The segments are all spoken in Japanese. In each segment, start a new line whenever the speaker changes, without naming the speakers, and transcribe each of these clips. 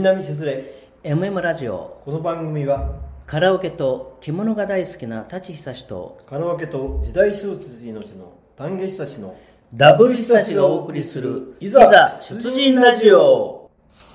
南しずれ
MM ラジオ。
この番組は
カラオケと着物が大好きな舘久志と
カラオケと時代小説命の丹下久志の
ダブル久志がお送りするいざ出陣ラジオ。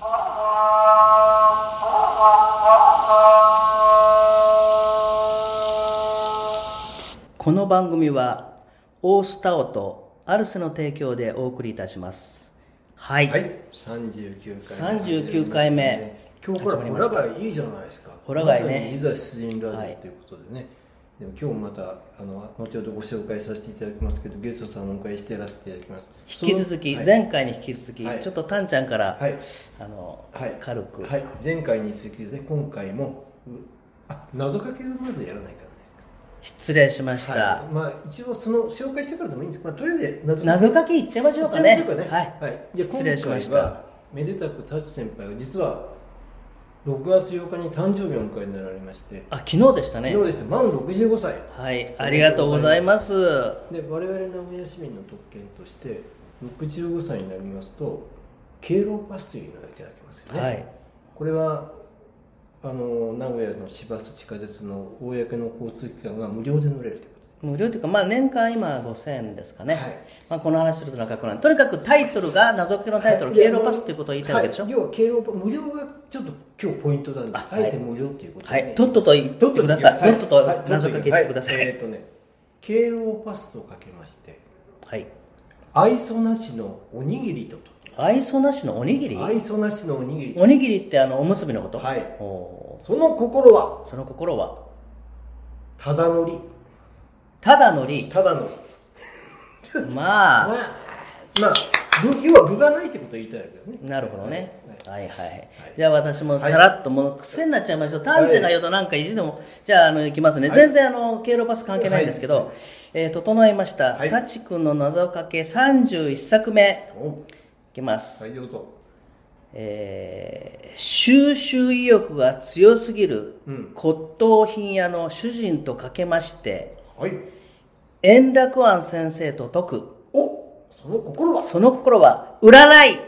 この番組はオースタオとアルセの提供でお送りいたします。はい、
はい、39
回目
今日からホラ貝いいじゃないですか。
ホラ貝ね、
まさにいざ出陣ラジオということでね、はい、でも今日もまた後ほどご紹介させていただきますけど、ゲストさんをお迎えしてやらせていただきます。
引き続き、はい、前回に引き続き、はい、ちょっとタンちゃんから、はい、軽く、
はい、前回に続きですね、今回も謎かけをまずやらないからですか。
失礼しました、
はい、まあ、一応その紹介してからでもいいんですけど、とりあえず
謎かけいっちゃいましょうかね。
はい、じゃあ失礼しました。めでたく舘先輩が実は6月8日に誕生日をお迎えになられまして、
昨日でしたね。
昨日です。満65歳。
はい、ありがとうございます。
で、我々名古屋市民の特権として65歳になりますと敬老パスというのがいただけますよね。はい、これは名古屋の市バス地下鉄の公の交通機関が無料で乗れるということ。
無料というか、年間今5000円ですかね。はい、この話すると長くなる。とにかくタイトルが謎かけのタイトル、敬老パスっていうことを言いたいわけでしょ。
要は敬老パス、無料がちょっと今日ポイントなんで、あえて無料っていうことで、ね。
はい、とっとと言ってください。とっとと謎かけ言ってください。
敬老パスとかけまして、
はい、
愛想なしのおにぎりと。
愛想なしのおにぎり？
愛想なしのおにぎり。
おにぎりっておむすびのこと？
はい。その心はただのり。
ただのり。まあ
要は具がないってことを言いたいわけですね。
なるほどね。はいはい。じゃあ私もさらっと、もう癖になっちゃいました。タンチェが言うとなんか意地でも、じゃあいきますね。全然敬老パス関係ないんですけど、整いました。タチ君の謎かけ31作目。いきます。
はい、どうぞ。
収集意欲が強すぎる骨董品屋の主人とかけまして、円楽庵先生と解く。その心は占い。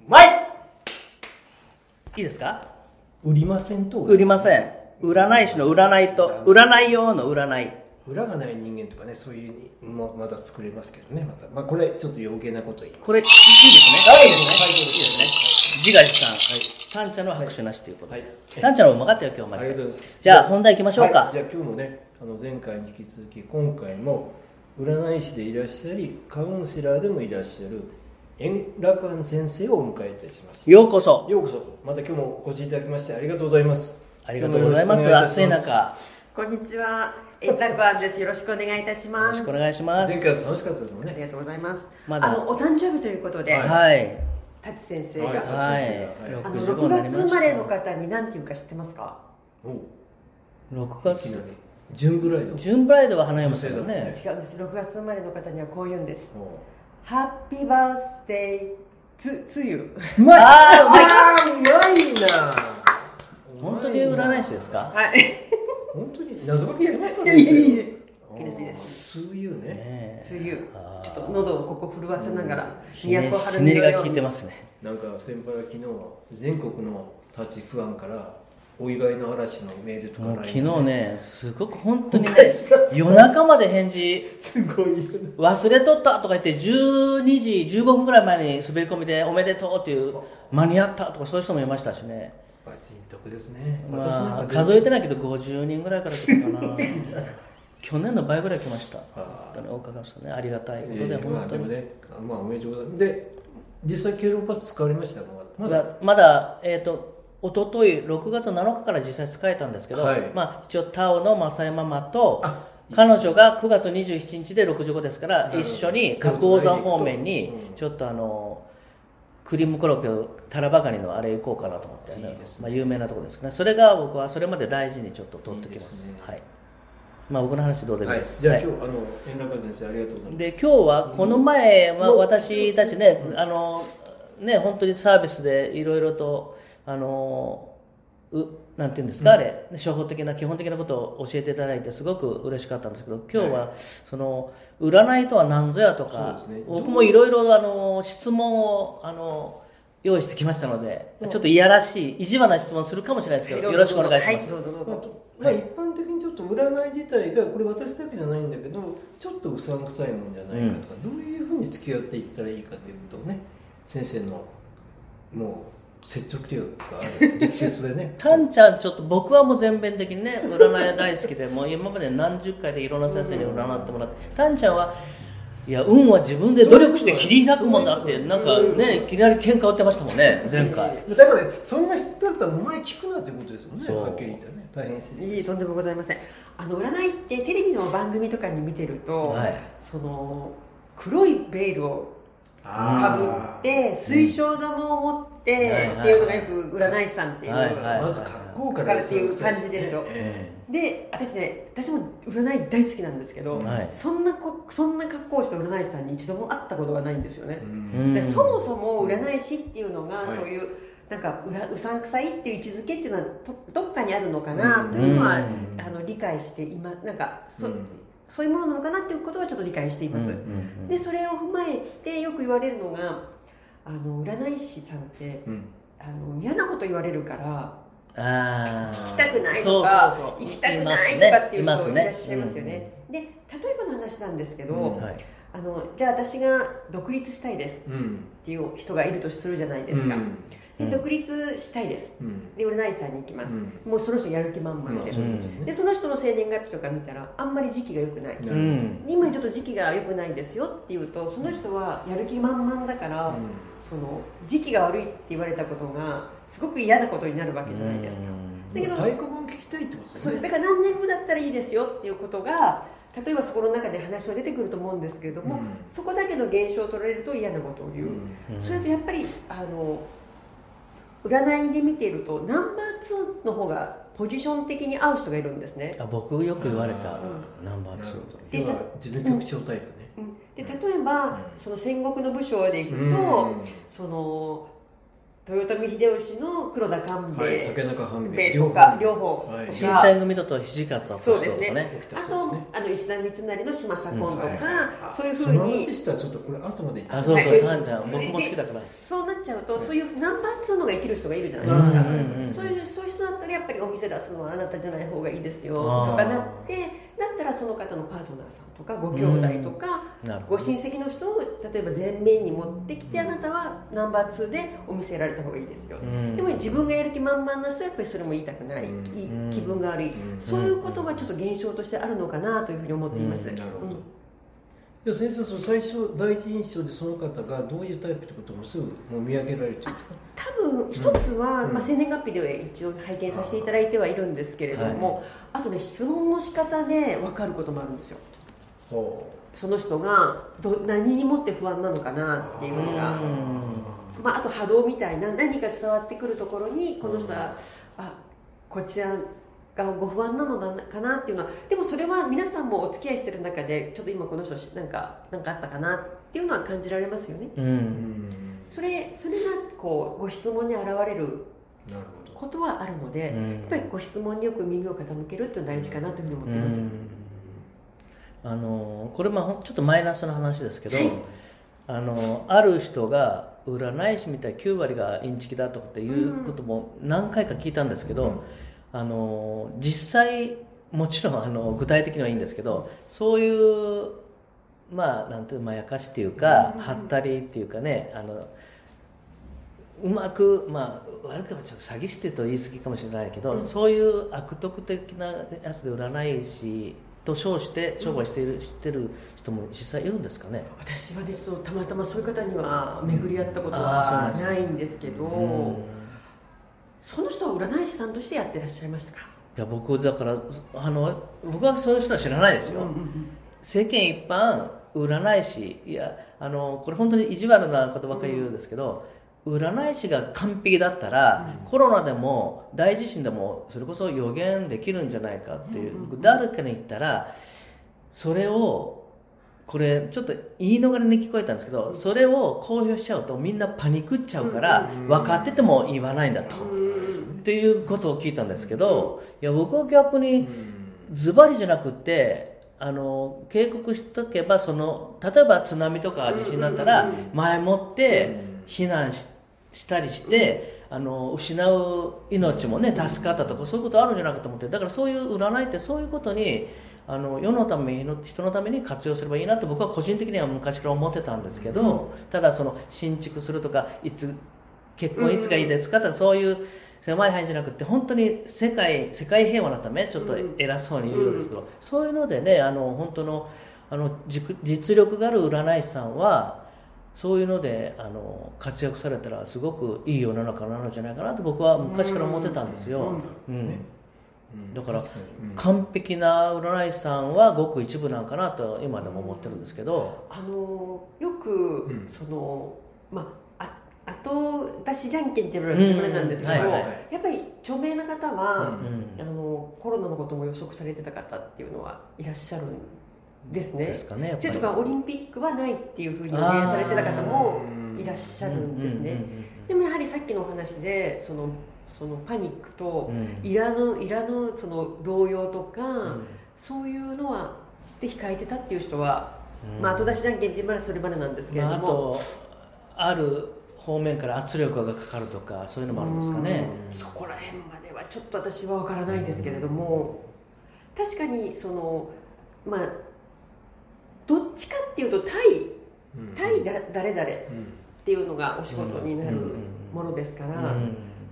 いいですか？
売りませんと
売りません。占い師の占いと占い用の占い。
裏がない人間とかね、そういうもまた作れますけどね。またこれちょっと余計なこと言います。
これいいですね。いいですね。自画自賛。タンちゃんの拍手なしということで。タンちゃんのも分かったよ今日まで。
ありがとうございます。
じゃあ本題行きましょうか。
じゃあ今日もね、前回に引き続き今回も占い師でいらっしゃりカウンセラーでもいらっしゃる円楽庵先生をお迎えいたします。
ようこそ。
また今日もお越しいただきましてありがとうございます。
ありがとうございます。暑い中。
こんにちは、円楽庵です。よろしくお願いいたします。
よろしくお願いします。
前回は楽しかったですもんね。
ありがとうございます。お誕生日ということで、舘先生が、6月生まれの方に何ていうか知ってますか
？6月
ジュンブライド。
ジュンブライドは花山さんだね。
違うんです。6月生まれの方にはこう言うんです。ハッピーバースデーつゆ。
うまいな。
本当に占い師ですか？
はい。
本当に謎かけやりますか？
いいです。嬉しいです。
つゆね。
つゆ。ちょっと喉をここ震わせながら
ひねりが効いてますね。
なんか先輩は昨日全国の舘ファンからお祝いの嵐のメールとか、
昨日ね、すごく本当にね、夜中まで返事
すごい
忘れとったとか言って12時15分ぐらい前に滑り込みでおめでとうっていう間に合ったとかそういう人もいましたしね。
人徳ですね。
数えてないけど50人ぐらいから来たかな。去年の倍ぐらい来ました。本当にお伺いましたね。ありがたいことで本当に。
おめでとうございます。で、実際敬老パス使われましたか？
まだおととい6月7日から実際使えたんですけど、一応タオの正江ママと彼女が9月27日で65ですから一緒に角王山方面にちょっとクリームコロッケをタラバガニのあれ行こうかなと思って、有名なところですね。それが僕はそれまで大事にちょっと取ってきます。僕の話どうでもいいです。
じゃあ今日円楽先生ありがとうございます。
で今日はこの前私たちね本当にサービスでいろいろとなんていうんですか、初歩的な基本的なことを教えていただいてすごく嬉しかったんですけど、今日はその占いとは何ぞやとか、僕もいろいろ質問を用意してきましたので、ちょっといやらしい意地悪な質問するかもしれないですけど、よろしくお願いします。
まあ、一般的にちょっと占い自体がこれ私だけじゃないんだけどちょっとうさんくさいもんじゃないかとか、どういうふうに付き合っていったらいいかということをね、先生のもう説得力がある力説でね
タンちゃんちょっと僕はもう全面的にね占い大好きでもう今まで何十回でいろんな先生に占ってもらって、タンちゃんはいや運は自分で努力して切り開くもんだってなんかねいきなり喧嘩売ってましたもんね前回。
だからねそんな人だったらお前聞くなってことですもんね。はっきり言ってね大変失礼。
いいとんでもございません。占いってテレビの番組とかに見てると、はい、その黒いベールをかぶって水晶玉を持ってっていうのがよく占い師さんっていう、
まず格好から
っていう感じですよ。で私も占い大好きなんですけど、そんな格好をした占い師さんに一度も会ったことがないんですよね。でそもそも占い師っていうのがそういうなんかうさんくさいっていう位置づけっていうのはどっかにあるのかなというのは理解して今なんかそういうものなのかなっていうことはちょっと理解しています。でそれを踏まえてよく言われるのが占い師さんって、嫌なこと言われるから聞きたくないとか行きたくないとかっていう人いらっしゃいますよね。で例えばの話なんですけど、じゃあ私が独立したいですっていう人がいるとするじゃないですか。で独立したいです、で占い師さんに行きます、もうその人やる気満々です、でその人の生年月日とか見たらあんまり時期が良くない、今ちょっと時期が良くないですよっていうとその人はやる気満々だから、その時期が悪いって言われたことがすごく嫌なことになるわけじゃないですか。
だけど太鼓判聞きたいってことですね。
そうです。だから何年後だったらいいですよっていうことが例えばそこの中で話は出てくると思うんですけれども、そこだけの現象を取られると嫌なことを言う、それとやっぱり占いで見ているとナンバー2の方がポジション的に合う人がいるんですね。
僕よく言われた、ナンバー2
で自分局長タイプね。
で例えば、その戦国の武将でいくと、その豊臣秀吉の黒田官兵衛、
竹中半
兵衛とか両方とか、
新選組だと土方歳三とかね。
そうですね。あと石田三成の島左近とか、そういうふうに。
その話したらちょっとこれ朝まで
言っちゃう。そうタンちゃん僕も好きだから。
そうなっちゃうとそういうナンバー2のが生きる人がいるじゃないですか。そういう人だったらやっぱりお店出すのはあなたじゃない方がいいですよとかなって。だったらその方のパートナーさんとかご兄弟とかご親戚の人を例えば前面に持ってきてあなたはナンバー2でお店やられた方がいいですよ、でも自分がやる気満々な人はやっぱりそれも言いたくない、気分が悪い、そういうことはちょっと現象としてあるのかなというふうに思っています。
なるほど。いや先生、その最初第一印象でその方がどういうタイプってこともすぐもう見上げられてるんですか？
多分一つは、生年月日で一応拝見させていただいてはいるんですけれども、あとね質問の仕方で分かることもあるんですよ。その人が何にもって不安なのかなっていうのが、あと波動みたいな何か伝わってくるところにこの人はこちらがご不安なのかなっていうのは、でもそれは皆さんもお付き合いしてる中でちょっと今この人なんかあったかなっていうのは感じられますよね。それがこうご質問に現れることはあるので、やっぱりご質問によく耳を傾けるっていうのは大事かなというふうに思っています。
これちょっとマイナスな話ですけど、ある人が占い師みたい9割がインチキだとかっていうことも何回か聞いたんですけど、実際もちろん具体的にはいいんですけど、そういうなんていうまやかしっていうか、はったりっていうかね、うまく悪くはちょっと詐欺師って言うと言い過ぎかもしれないけど、そういう悪徳的なやつで占い師と称して商売してる人も実際いるんですかね？
私はねちょっとたまたまそういう方には巡り合ったことはないんですけど、その人は占い師さんとしてやってらっしゃいましたか？
いや僕だから僕はそういう人は知らないですよ。世間一般占い師これ本当に意地悪なことばっかり言うんですけど、占い師が完璧だったら、コロナでも大地震でもそれこそ予言できるんじゃないかっていう、誰かに言ったらそれをこれちょっと言い逃れに聞こえたんですけど、それを公表しちゃうとみんなパニクっちゃうから分かってても言わないんだと、っていうことを聞いたんですけど、いや僕は逆にズバリじゃなくて警告しとけば、例えば津波とか地震になったら前もって避難ししたりして、失う命もね助かったとか、そういうことあるんじゃないかと思って、だからそういう占いってそういうことに世のために人のために活用すればいいなって僕は個人的には昔から思ってたんですけど、ただその新築するとか結婚いつがいいですかとか、そういう狭い範囲じゃなくて本当に世界平和のため、ちょっと偉そうに言うようですけど、そういうのでね本当の実力がある占い師さんはそういうので活躍されたらすごくいい世の中なのじゃないかなと僕は昔から思ってたんですよ。だから完璧な占い師さんはごく一部なんかなと今でも思ってるんですけど、
よく後出しじゃんけんっていうのはそれまでなんですけど、やっぱり著名な方は、コロナのことも予測されてた方っていうのはいらっしゃるんですね。それとかオリンピックはないっていうふうに予言されてた方もいらっしゃるんですね。でもやはりさっきのお話でそのパニックといらぬその動揺とか、そういうのはで控えてたっていう人は、後出しじゃんけんって言えばそれまでなんですけれども、
あとある方面から圧力がかかるとか、そういうのもあるんですかね。
そこら辺まではちょっと私は分からないですけれども、確かにどっちかっていうと対誰々っていうのがお仕事になるものですから、や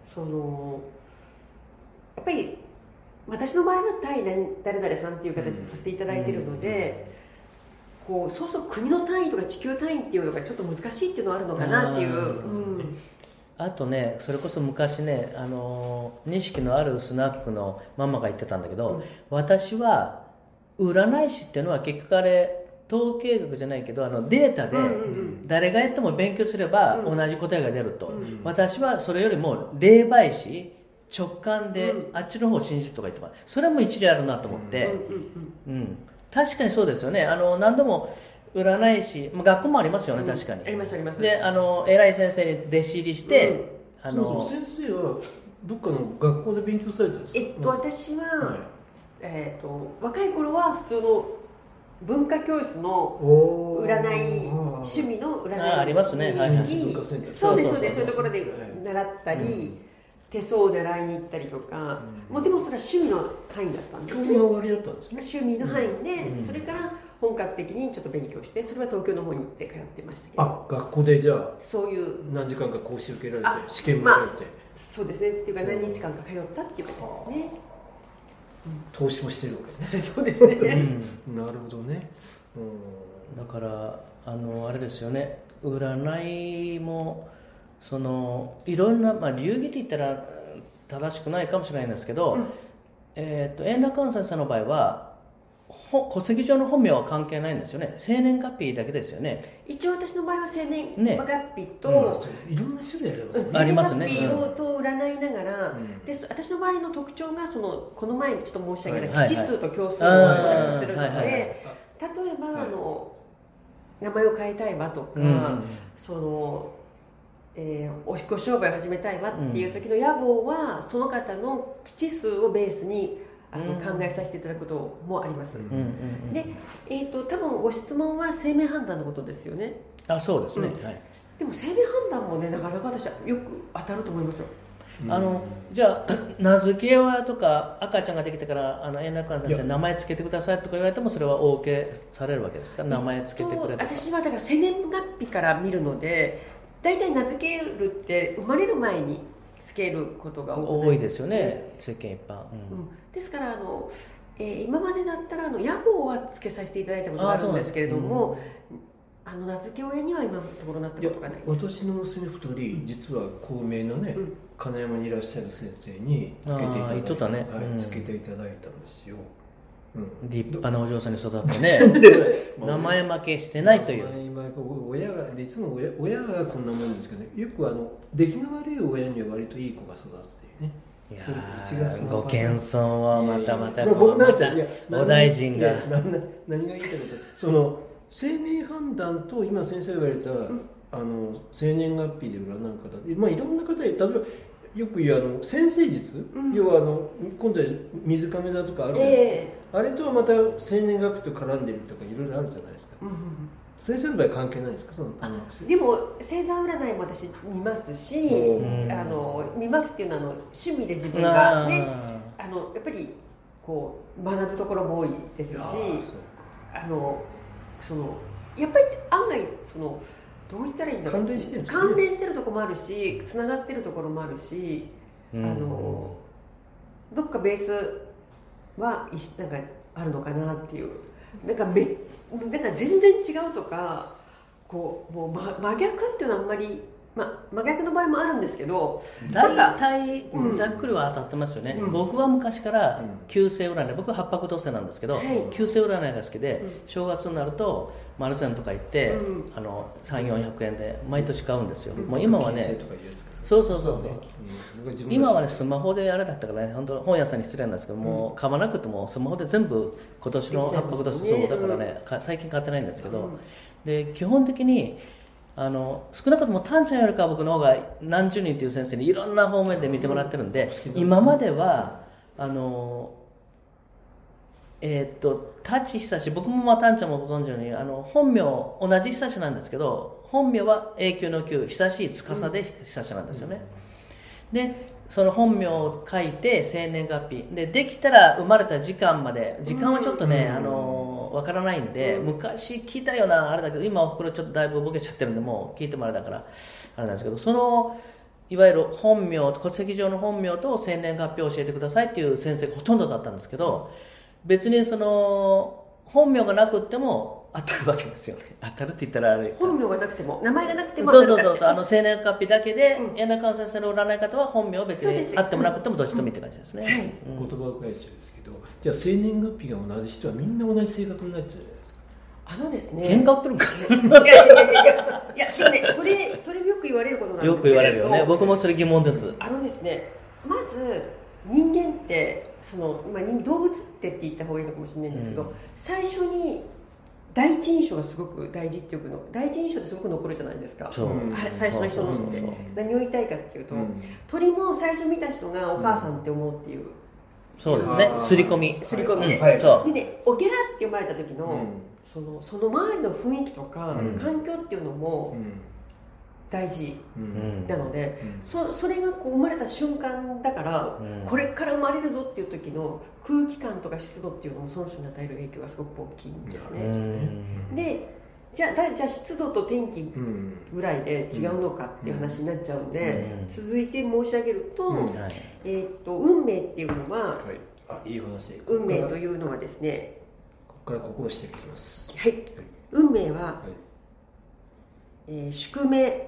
っぱり私の場合は対誰々さんっていう形でさせていただいているので、そうそう国の単位とか地球単位っていうのがちょっと難しいっていうのはあるのかなっていう。
あとね、それこそ昔ね、錦のあるスナックのママが言ってたんだけど、私は占い師っていうのは結局あれ統計学じゃないけどデータで誰がやっても勉強すれば同じ答えが出ると、私はそれよりも霊媒師直感であっちの方を信じるとか言ってます。それも一理あるなと思って、確かにそうですよね。何度も占い師、学校もありますよね、確かに。
ありますあります。
で偉い先生に弟子入りして、
そう先生はどっかの学校で勉強されたんですか？
私は、若い頃は普通の文化教室の占い、趣味の占い
ありますね。
そうですそういうところで習ったり、手相を習いに行ったりとか、もうでもそれは趣味の範囲だったんですね。
興味終わりだったんですね。
趣味の範囲で、それから本格的にちょっと勉強して、それは東京の方に行って通ってましたけど。
学校でじゃあ
そういう
何時間か講習受けられて試験もらえて、
そうですね、っていうか何日間か通ったっていう形ですね。
投資もしてるわけですね。
そうですね。
なるほどね。
だからあれですよね、占いもいろんな、流儀って言ったら正しくないかもしれないんですけど、円楽寛斎さんの場合は戸籍上の本名は関係ないんですよね。生年月日だけですよね。
一応私の場合は生年月日と、
いろんな種類
ありますね。
生年月日と占いながら、で私の場合の特徴がこの前にちょっと申し上げた基地数と教数をお出しするので、例えば名前を変えたいわとか、ご商売を始めたいわっていう時の屋号はその方の基地数をベースに考えさせていただくこともあります。で、多分ご質問は生命判断のことですよね。
そうですね。
でも生命判断もね、なかなか私はよく当たると思いますよ。
じゃあ名付け親とか赤ちゃんができてから円楽寛先生名前つけてくださいとか言われてもそれは OK されるわけですか？名前つけてくれとか。
私はだから生年月日から見るので、大体名付けるって生まれる前につけることが
多いですよね、世間一般。
ですから今までだったら屋号はつけさせていただいたことがあるんですけれども、名付け親には今のところなったことがないです。
私の娘2人、実は高名のね、金山にいらっしゃる先生につけていただいた、つけていただいたんですよ。
立派なお嬢さんに育ってね名前負けしてないという。
親が実も親がこんなもんですけど、よく出来の悪い親には割といい子が育つというね。
ご謙遜はまたお大臣が
何が言いたいかと、生命判断と今先生が言われた生年月日で占う方、いろんな方で、例えばよく言う先生術、要は今度は水亀座とかあるじゃないですか、あれとはまた生年月日と絡んでるとかいろいろあるじゃないですか。 先生の場合関係ないですか？
でも星座占いも私見ますし、見ますっていうのは趣味で自分がね、やっぱりこう学ぶところも多いですし、やっぱり案外どう言ったらいいんだろう、
関連してるんです
ね、関連してるところもあるし、つながってるところもあるし、どっかベースはなんかあるのかなっていう、なんか全然違うとか、こうもう真逆っていうのはあんまり、真逆の場合もあるんですけど、
大体ざっくりは当たってますよね。僕は昔から旧星占い、僕は八白土星なんですけど、旧星占いが好きで、正月になるとマルちゃんとか行って、300-400円で毎年買うんですよ。もう今はね、そう今はね、スマホであれだったからね、本当本屋さんに失礼なんですけど、もう買わなくてもスマホで全部今年の八白土星、そうだからね、最近買ってないんですけど、で基本的に少なくともタンちゃんよりかは僕の方が何十人という先生にいろんな方面で見てもらってるんで、今までは舘久志、僕もタンちゃんもご存知のように本名同じ久志なんですけど、本名は永久の久、久しい司で久志なんですよね。でその本名を書いて生年月日で、できたら生まれた時間まで、時間はちょっとねわからないんで、昔聞いたようなあれだけど、今おふくろちょっとだいぶボケちゃってるんで、もう聞いてもあれだからあれなんですけど、いわゆる本名、戸籍上の本名と生年月日を教えてくださいっていう先生がほとんどだったんですけど、別に本名がなくっても当たるわけですよね。当たるって言ったらあれ、
本名がなくても名前がなくても
そう生年月日だけで、柳川先生の占い方は本名は別にあってもなくてもどっちともいいって感じですね。
言葉を返しちゃうんですけど、じゃあ生年月日が同じ人はみんな同じ性格になっちゃうじゃないですか。
ですね、
喧嘩売ってるんか
いやそれよく言われることなんですけど、
よく言われるよね。僕もそれ疑問です。
ですね、まず人間って動物って言った方がいいのかもしれないんですけど、最初に第一印象がすごく大事っていうの、第一印象ってすごく残るじゃないですか。最初の人のって何を言いたいかっていうと、鳥も最初見た人がお母さんって思うっていう、
そうですね、刷り込み
でね、おぎゃーって読まれた時のその周りの雰囲気とか環境っていうのも大事なので、それがこう生まれた瞬間だから、これから生まれるぞっていう時の空気感とか湿度っていうのもその人に与える影響がすごく大きいんですね。でじゃあ湿度と天気ぐらいで違うのかっていう話になっちゃうんで、続いて申し上げると、運命っていうのは、
いい話。
運命というのはですね、
ここから心していきます。
はい、運命は、宿命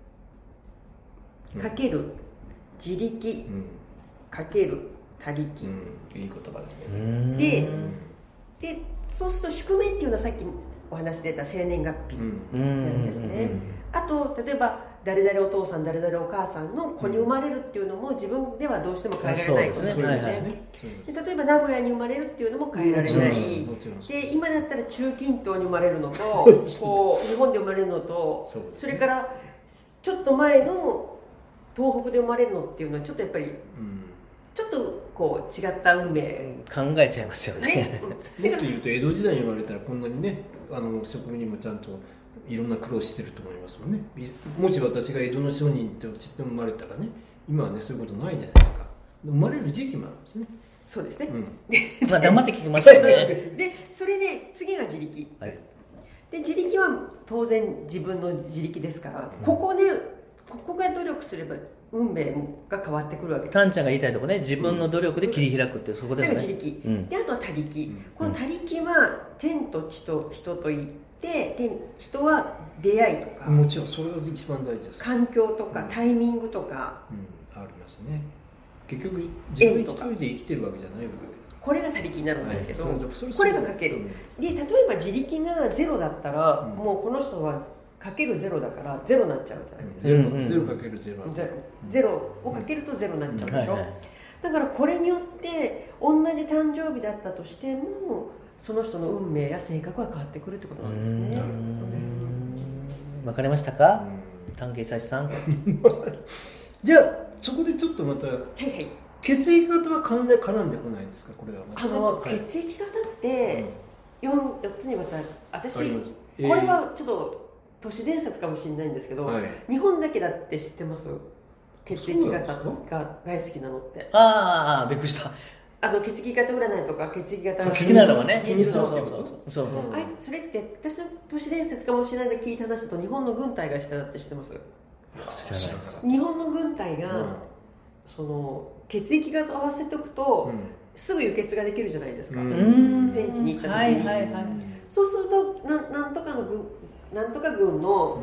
かける自力かける他力、
いい言葉ですね。
でそうすると宿命っていうのはさっきお話出た生年月日なんですね。あと例えば誰々お父さん誰々お母さんの子に生まれるっていうのも自分ではどうしても変えられないことですよね。で例えば名古屋に生まれるっていうのも変えられない。で今だったら中近東に生まれるのとこう日本で生まれるのと、それからちょっと前の東北で生まれるのっていうのはちょっとやっぱりちょっとこう違った運命
考えちゃいますよね。
もっと言うと江戸時代に生まれたらこんなにね、職人にもちゃんといろんな苦労してると思いますもんね。もし私が江戸の商人として生まれたらね、今はねそういうことないじゃないですか。生まれる時期もあるんですね。
そうですね。
まあ黙って聞きましょうね。
でそれで次が自力。で自力は当然自分の自力ですから、ここが努力すれば運命が変わってくるわけです。
タンちゃんが言いたいところね、自分の努力で切り開くっていう、そこですね。
自力、であとは他力、この他力は天と地と人といって、人は出会いとか、
もちろんそれが一番大事です。
環境とかタイミングとか、
ありますね。結局自分一人で生きてるわけじゃないわけで、
これが他力になるんですけど、これがかける。で例えば自力がゼロだったら、もうこの人はかけるゼロだからゼロになっちゃうじゃないですか。
ゼロかけるゼロ、
ゼロをかけるとゼロになっちゃうでしょ。だからこれによって同じ誕生日だったとしてもその人の運命や性格が変わってくるってことなんですね。
わかりましたか、丹下久志さん。
じゃあそこでちょっとまた、血液型は絡んでこないんですか？これは
血液型って4つにわたる。私これはちょっと都市伝説かもしれないんですけど、日本だけだって知ってます？血液型が大好きなのって。
ああ、びっくりした。
血液型占いとか血液型
好きなのはね、
それって私の都市伝説かもしれないで聞いた話だと、日本の軍隊がしたって知ってます？日本の軍隊が、その血液型を合わせておくと、すぐ輸血ができるじゃないですか、戦地に行った時に。そうするとなんとか軍の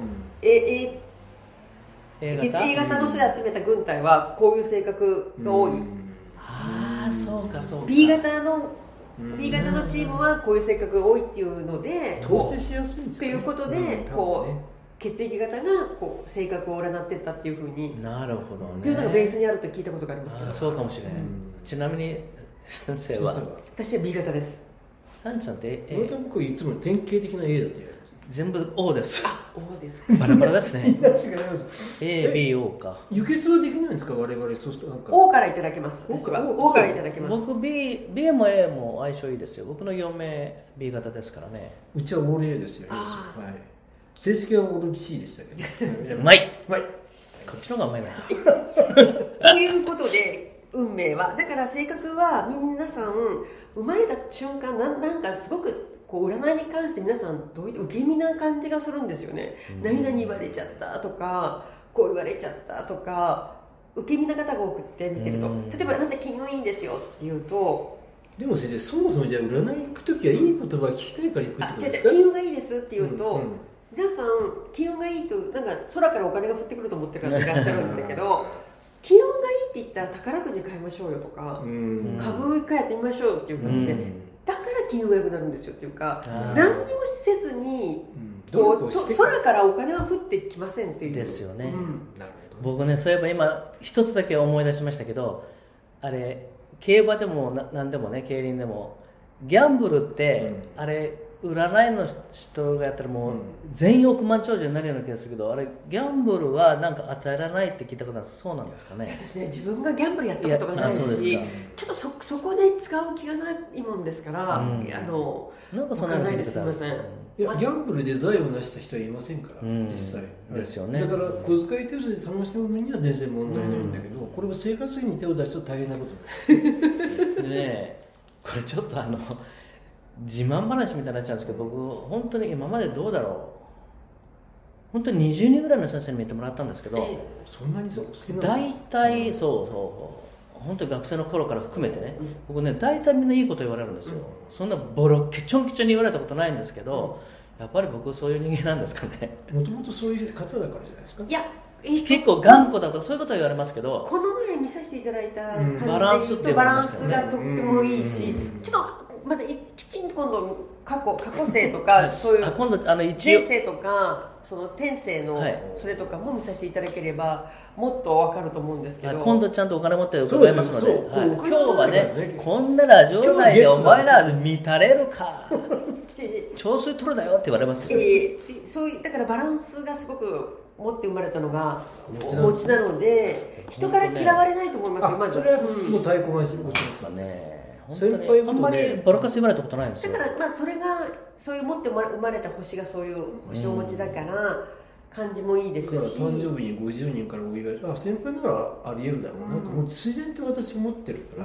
A 型の人で集めた軍隊はこういう性格が多い。
そうかそうか。
B 型のチームはこういう性格が多いっていうので、
統制しやすいんですかね。
ということで、こう血液型がこう性格を占ってったっていうふうに。
なるほどね。
っていうのがベースにあると聞いたことがありますけど。
そうかもしれない。ちなみに先生は？
私は B 型です。
サンちゃんって
A？ 僕いつも典型的な A だって言われます。
全部 O です。
O です。
バラバラですね。A、B、O か。
輸血はできないんですか、我々。そうするとなんか
O からいただけます。私は O からいただけます。
僕 B も A も相性いいですよ。僕の嫁 B 型ですからね。
うちはオール A ですよ。成績はオール C でしたけど。
うまい。こっちの方がうまいな。
ということで、運命はだから性格は皆さん生まれた瞬間なんかすごくこう占いに関して皆さんどういう受け身な感じがするんですよね。何々言われちゃったとか、こう言われちゃったとか、受け身な方が多くって見てると、例えばなんて金運いいんですよって言うと、
でも先生、そもそもじゃあ占い行くときはいい言葉聞きたいから行くってことですか？
金運がいいですって言うと、皆さん金運がいいとなんか空からお金が降ってくると思ってる方いらっしゃるんだけど金運がいいって言ったら宝くじ買いましょうよとか、株一回やってみましょうよっていう感じで、だから金運が良くなるんですよっていうか、何にもせずに、空からお金は降ってきませんっていう
ですよね。僕ね、そういえば今一つだけ思い出しましたけど、あれ競馬でも何でもね、競輪でもギャンブルって、あれ占いの人がやったらもう全員億万長者になるような気がするけど、あれギャンブルはなんか与えられないって聞いたことなんです。そうなんですかね。
私ね、自分がギャンブルやったことがないし、ちょっとそこで使う気がないもんですから、
なんかそんなのないです。すみません。
いや、ギャンブルで財を成した人はいませんから、実際
ですよね。
だから小遣い程度で楽しむ分には全然問題ないんだけど、これは生活費に手を出すと大変なこと
でね、これちょっと自慢話みたいになっちゃうんですけど、僕本当に今までどうだろう、本当に20人ぐらいの先生に見てもらったんですけど、
そんなに好きなんですか？
大体そう本当に学生の頃から含めてね、僕ね、大体みんないいこと言われるんですよ。そんなボロケチョンケチョンに言われたことないんですけど、やっぱり僕そういう人間なんですかね。
もともとそういう方だからじゃないですか。
いや、
結構頑固だとかそういうことは言われますけど、
この前見させていただいた感じで
バランスって
バランスがとってもいいし、ちょっとまたきちんと今度過去世とかそういう
今度
前世とかその天世のそれとかも見させていただければもっと分かると思うんですけど、
今度ちゃんとお金持って伺いますので、今日はね、こんなラジオ内でお前ら見たれるか調子取るだよって言われますよ。
そういうだからバランスがすごく持って生まれたのがお持ちなので、人から嫌われないと思いますよ。まず
それはもう太鼓判してます
かね。
先輩も
あんまりボロカス言われたことないんですよ。
だからそれがそういう持って生まれた星がそういう星をお持ちだから感じもいいですし、
誕生日に50人からお祝い、先輩ならありえるだろうなと、もう自然と私思ってるから、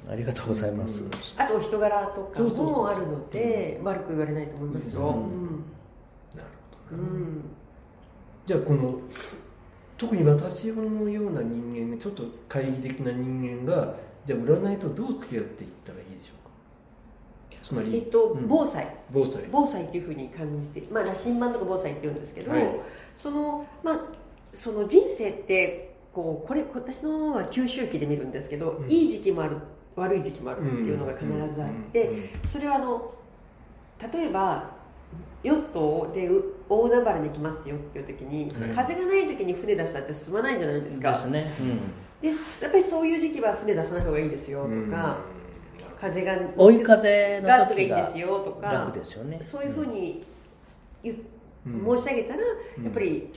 ありがとうございます。
あとお人柄とかもあるので悪く言われないと思いますよ。なるほど。
じゃあこの特に私のような人間、ちょっと懐疑的な人間がじゃあ占いとどう付き合っていったらいいでしょうか。つまり
防災っていうふうに感じて、羅針盤とか防災って言うんですけど、その人生って私のは9周期で見るんですけど、いい時期もある悪い時期もあるっていうのが必ずあって、それは例えばヨットで大海原に行きますっていう時に、風がない時に船出したって進まないじゃないですか。
ですね。
でやっぱりそういう時期は船出さない方がいいですよとか、風が
追い風の時が
いいですよとか、
楽ですよね。
そういうふうに申し上げたら、やっぱり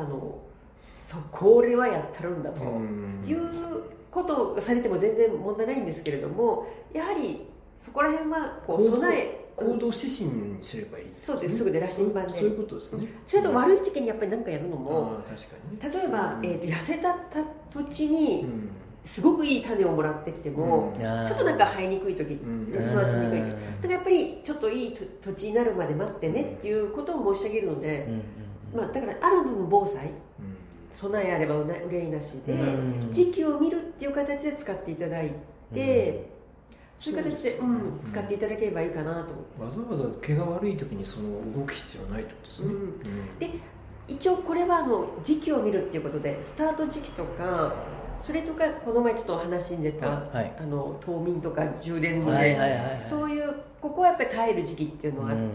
これはやったるんだということをされても全然問題ないんですけれども、やはりそこら辺はこう備え
行動指針にすればいい、ね、
そうです、すぐで羅針盤で、
そういうことですね。
それと悪い時期にやっぱり何かやるのも、
確かにね、
例えば、痩せた土地にすごくいい種をもらってきても、ちょっとなんか生えにくい時、育ちにくい時、だからやっぱりちょっといい土地になるまで待ってねっていうことを申し上げるので、まあ、だからある部分防災、備えあれば憂いなしで、時期を見るっていう形で使っていただいて、そういう形で、使っていただければいいかなと思って。
わざわざ毛が悪い時にその動く必要ないってことですね。
で一応これは時期を見るっていうことで、スタート時期とか、それとかこの前ちょっとお話に出た、冬眠とか充電のね、そういうここはやっぱり耐える時期っていうのがあって、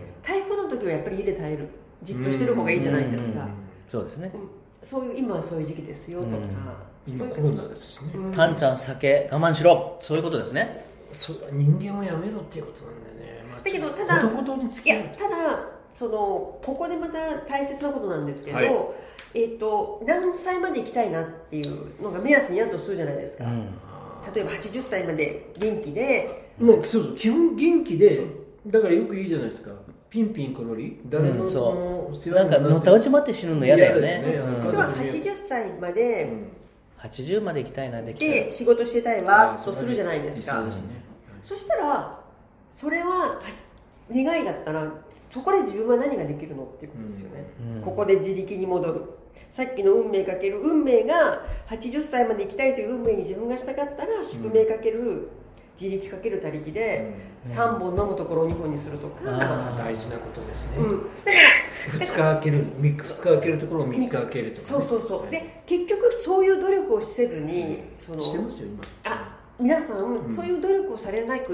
台風の時はやっぱり家で耐える、じっとしてる方がいいじゃないですか。
そうですね。
そういう今はそういう時期ですよとか、
今コロナですしね。
タンちゃん酒我慢しろ、そういうことですね。
人間をやめろっていうことなんでね。
だけどただここでまた大切なことなんですけど、何歳まで生きたいなっていうのが目安にあるとするじゃないですか。例えば80歳まで元気で、
そう基本元気で、だからよくいいじゃないですか。ピンピンコロリ、誰もその世話になって、
なんかのたうちまって死ぬの嫌だよね。
例えば80歳まで、
80まで行きたいな
で仕事してたいわとするじゃないですか。そしたらそれは願いだったら、そこで自分は何ができるのっていうことですよね。ここで自力に戻る。さっきの運命かける運命が80歳まで生きたいという運命に自分がしたかったら、宿命かける自力かける他力で3本飲むところを2本にするとか、
大事なことですね。2日空けるところを3日空けるとか、
そうで結局そういう努力をせずに、
してますよ今。
皆さん、そういう努力をされなくって、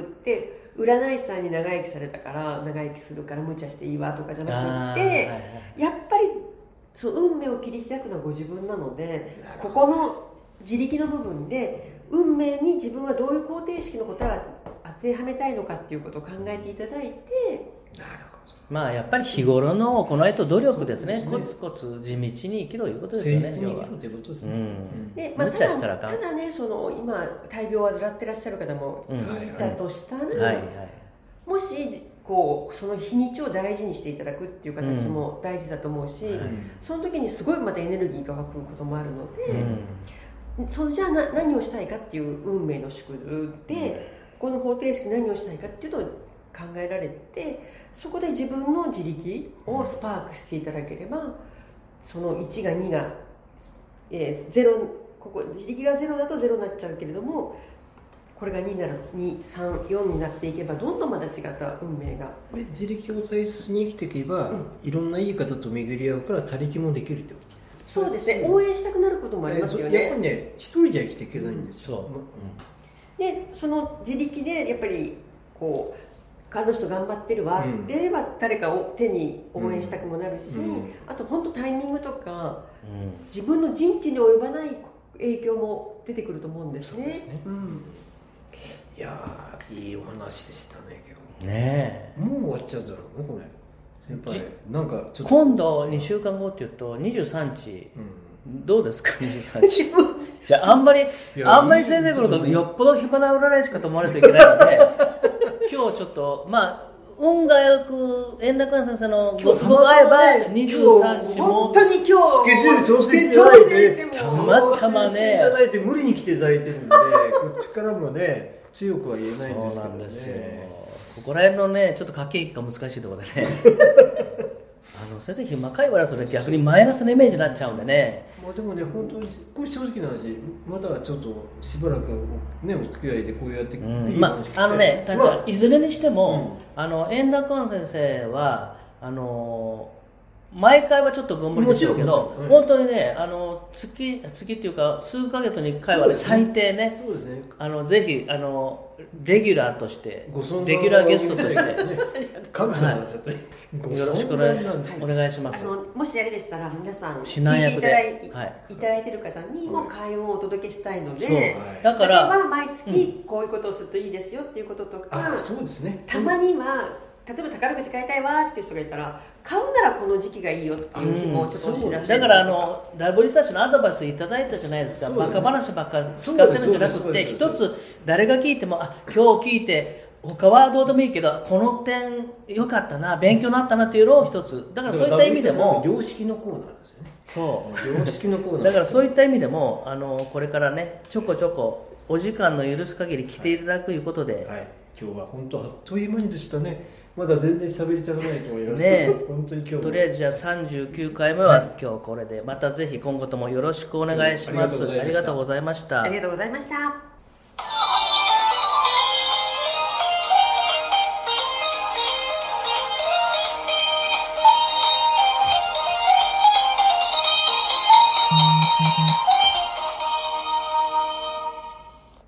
占い師さんに長生きされたから長生きするから無茶していいわとかじゃなくて、やっぱりその運命を切り開くのはご自分なので、ここの自力の部分で運命に自分はどういう方程式の答えを当てはめたいのかっていうことを考えていただいて、
まあやっぱり日頃の行いと努力ですね。コツコツ地道に生きろいうことですよね。
誠実に生きろということですね。
で、ただね、今大病を患ってらっしゃる方もいたとしたら、もしその日にちを大事にしていただくっていう形も大事だと思うし、その時にすごいまたエネルギーが湧くこともあるので、じゃあ何をしたいかっていう運命の縮図で、この方程式何をしたいかっていうのを考えられて、そこで自分の自力をスパークしていただければ、その1が2が、0、ここ自力が0だと0になっちゃうけれども、これが2なら2、3、4になっていけば、どんどんまた違った運命が。
自力を大切に生きていけば、いろんないい方と巡り合うから他力もできるってこと。
そうですね、応援したくなることもありますよね。
やっぱりね、一人じゃ生きていけないんですよ。
でその自力でやっぱりあの人頑張ってるわって言えば、誰かを手に応援したくもなるし、あと本当タイミングとか、自分の人知に及ばない影響も出てくると思うんですね。
いやー、いいお話でしたね今日
ね。
もう終わっちゃうだろうねこれ。先輩なんかちょっと
今度2週間後っていうと23日、どうですか23日じゃああんまり先生のことよっぽど暇な占い師かと思われてはいけないので今日ちょっと運がよく円楽園先生のご都合が合えば23日も
本当に今日
スケジュール調整していただいて、
たまたまね、
無理に来ていただいてるんでこっちからもね強くは言えないんですけどね。そうなんですよ。
ここら辺のねちょっと駆け引きが難しいところでね先生暇かいわれるとね逆にマイナスのイメージになっちゃうんでね。
でもね本当にこれ正直な話、まだちょっとしばらくねお付き合いでこうやっていい話聞
いずれにしても、円楽園先生は毎回はちょっと頑張りでしょうけど、本当にね月っていうか数ヶ月に1回はね最低ね、
そうですね、
ぜひレギュラーとしてレギュラーゲストとして
神様になっちゃって、
よろしくお願いします。
もしあれでしたら皆さん
指南役で
いただいている方にも開運をお届けしたいので、
だから
毎月こういうことをするといいですよっていうこととか、
そうですね、
たまには例えば宝くじ買いたいわっていう人がいたら、買うならこの時期がいいよっていう日もちょっと知らせて、
だからダブルリサーチのアドバイスいただいたじゃないですか。バカ話ばっか聞かせるんじゃなくて、一つ誰が聞いても今日聞いて他はどうでもいいけどこの点良かったな、勉強になったなっていうのを一つ、だからそういった意味でも
良識のコーナーですよね。
そう
良識のコーナー
だからそういった意味でもこれからねちょこちょこお時間の許す限り来ていただくということで、
はい、今日は本当あっという間にでしたね。まだ全然喋りたくないと思いますけど、本当に今日
とりあえずじゃあ39回目は今日これで、またぜひ今後ともよろしくお願いします。ありがとうございました。
ありがとうございました。